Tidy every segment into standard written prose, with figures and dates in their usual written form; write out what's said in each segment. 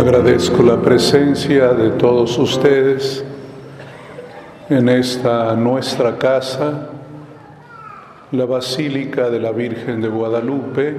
Agradezco la presencia de todos ustedes en esta nuestra casa, la Basílica de la Virgen de Guadalupe.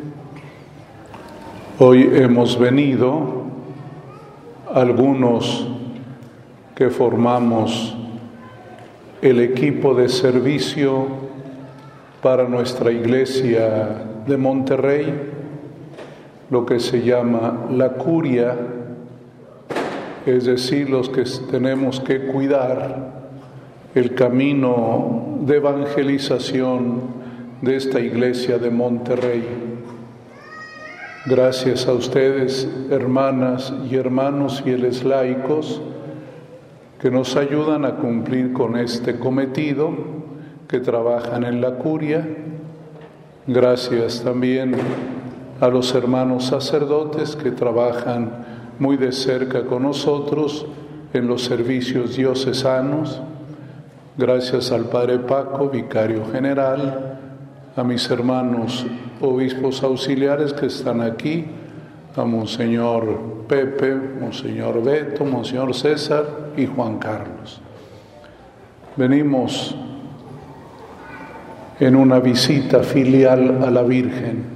Hoy hemos venido algunos que formamos el equipo de servicio para nuestra iglesia de Monterrey, lo que se llama la curia, es decir, los que tenemos que cuidar el camino de evangelización de esta iglesia de Monterrey. Gracias a ustedes, hermanas y hermanos fieles laicos, que nos ayudan a cumplir con este cometido, que trabajan en la curia. Gracias también a los hermanos sacerdotes que trabajan muy de cerca con nosotros en los servicios diocesanos. Gracias al Padre Paco, vicario general, a mis hermanos obispos auxiliares que están aquí, a Monseñor Pepe, Monseñor Beto, Monseñor César y Juan Carlos. Venimos en una visita filial a la Virgen.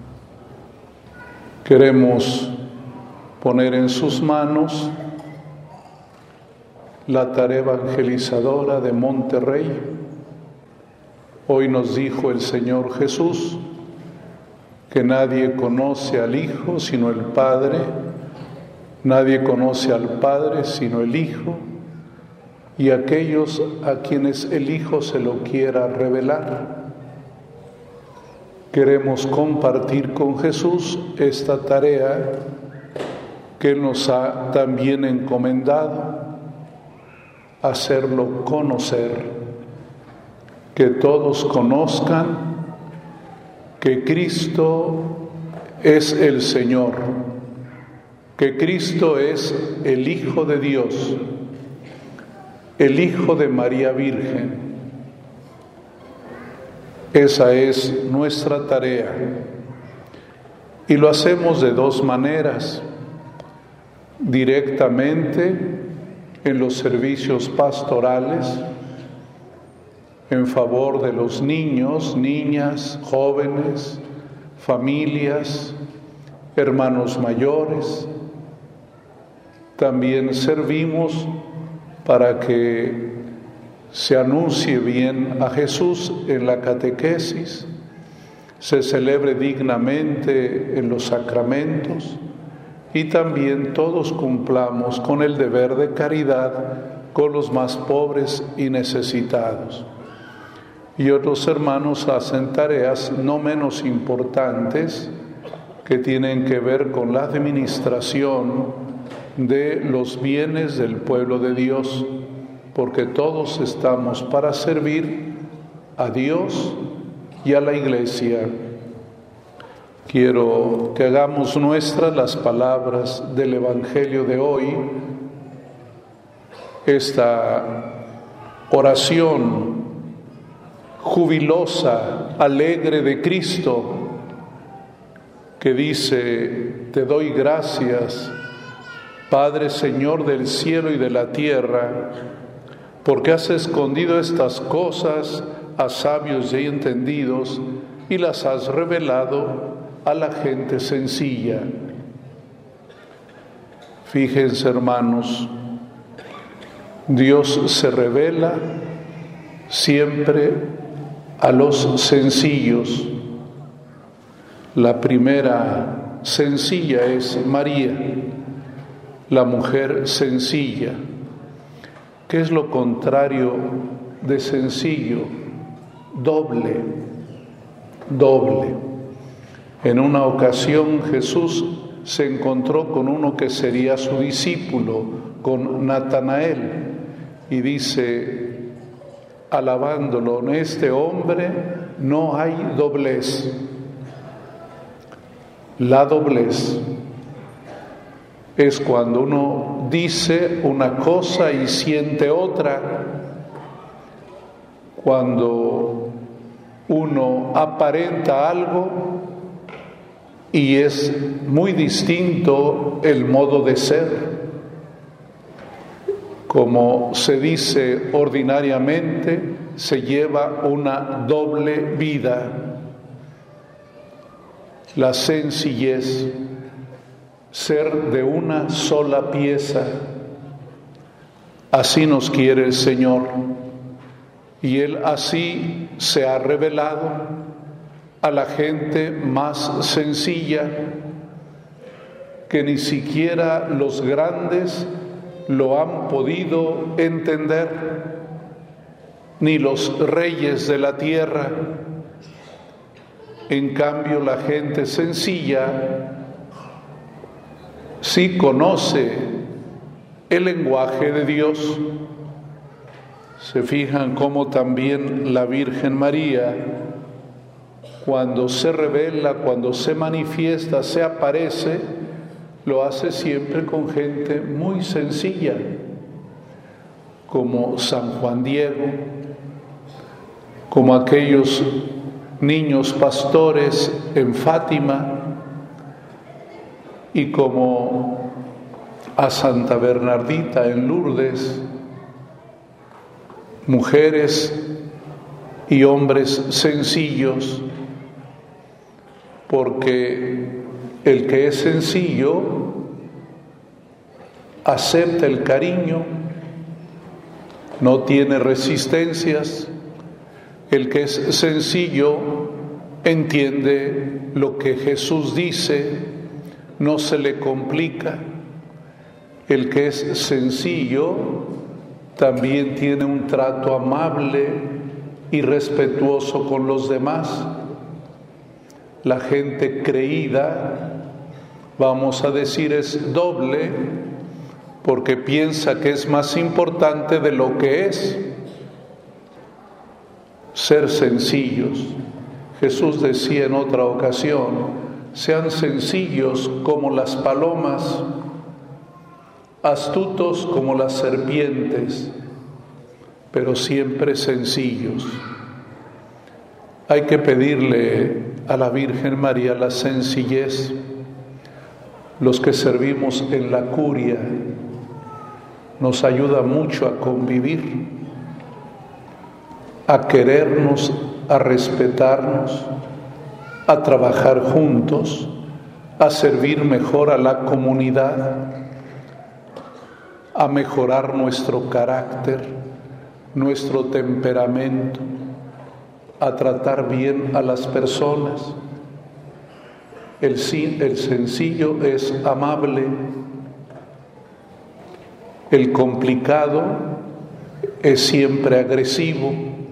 Queremos poner en sus manos la tarea evangelizadora de Monterrey. Hoy nos dijo el Señor Jesús que nadie conoce al Hijo sino el Padre, nadie conoce al Padre sino el Hijo, y aquellos a quienes el Hijo se lo quiera revelar. Queremos compartir con Jesús esta tarea que Él nos ha también encomendado, hacerlo conocer, que todos conozcan que Cristo es el Señor, que Cristo es el Hijo de Dios, el Hijo de María Virgen. Esa es nuestra tarea y lo hacemos de dos maneras: directamente en los servicios pastorales en favor de los niños, niñas, jóvenes, familias, hermanos mayores. También servimos para que se anuncie bien a Jesús en la catequesis, se celebre dignamente en los sacramentos y también todos cumplamos con el deber de caridad con los más pobres y necesitados. Y otros hermanos hacen tareas no menos importantes que tienen que ver con la administración de los bienes del pueblo de Dios, porque todos estamos para servir a Dios y a la Iglesia. Quiero que hagamos nuestras las palabras del Evangelio de hoy, esta oración jubilosa, alegre de Cristo, que dice: te doy gracias, Padre, Señor del cielo y de la tierra, porque has escondido estas cosas a sabios y entendidos y las has revelado a la gente sencilla. Fíjense, hermanos, Dios se revela siempre a los sencillos. La primera sencilla es María, la mujer sencilla. ¿Qué es lo contrario de sencillo? Doble. En una ocasión Jesús se encontró con uno que sería su discípulo, con Natanael, y dice, alabándolo: en este hombre no hay doblez. La doblez es cuando uno dice una cosa y siente otra, cuando uno aparenta algo y es muy distinto el modo de ser. Como se dice ordinariamente, se lleva una doble vida. La sencillez, ser de una sola pieza. Así nos quiere el Señor, y Él así se ha revelado a la gente más sencilla, que ni siquiera los grandes lo han podido entender, ni los reyes de la tierra. En cambio, la gente sencilla sí conoce el lenguaje de Dios. Se fijan cómo también la Virgen María, cuando se revela, cuando se manifiesta, se aparece, lo hace siempre con gente muy sencilla, como San Juan Diego, como aquellos niños pastores en Fátima, y como a Santa Bernardita en Lourdes, mujeres y hombres sencillos, porque el que es sencillo acepta el cariño, no tiene resistencias. El que es sencillo entiende lo que Jesús dice, no se le complica. El que es sencillo también tiene un trato amable y respetuoso con los demás. La gente creída, vamos a decir, es doble, porque piensa que es más importante de lo que es. Ser sencillos. Jesús decía en otra ocasión: sean sencillos como las palomas, astutos como las serpientes, pero siempre sencillos. Hay que pedirle a la Virgen María la sencillez. Los que servimos en la curia nos ayuda mucho a convivir, a querernos, a respetarnos, a trabajar juntos, a servir mejor a la comunidad, a mejorar nuestro carácter, nuestro temperamento, a tratar bien a las personas. El sencillo es amable, el complicado es siempre agresivo,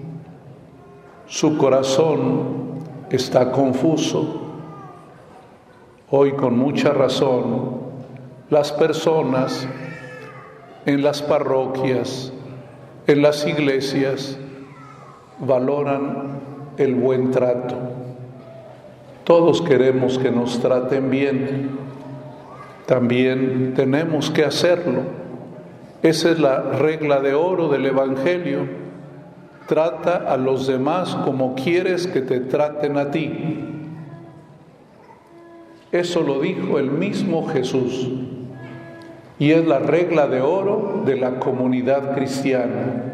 su corazón está confuso. Hoy, con mucha razón, las personas en las parroquias, en las iglesias, valoran el buen trato. Todos queremos que nos traten bien. También tenemos que hacerlo. Esa es la regla de oro del Evangelio. Trata a los demás como quieres que te traten a ti. Eso lo dijo el mismo Jesús. Y es la regla de oro de la comunidad cristiana.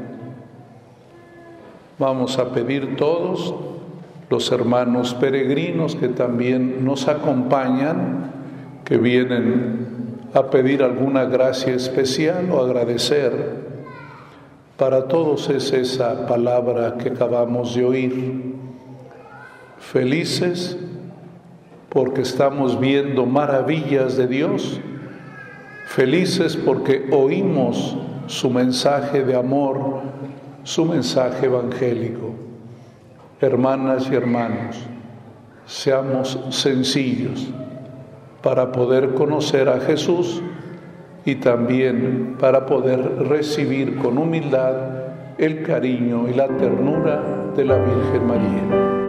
Vamos a pedir todos, los hermanos peregrinos que también nos acompañan, que vienen a pedir alguna gracia especial o agradecer. Para todos es esa palabra que acabamos de oír. Felices porque estamos viendo maravillas de Dios. Felices porque oímos su mensaje de amor, su mensaje evangélico. Hermanas y hermanos, seamos sencillos para poder conocer a Jesús y también para poder recibir con humildad el cariño y la ternura de la Virgen María.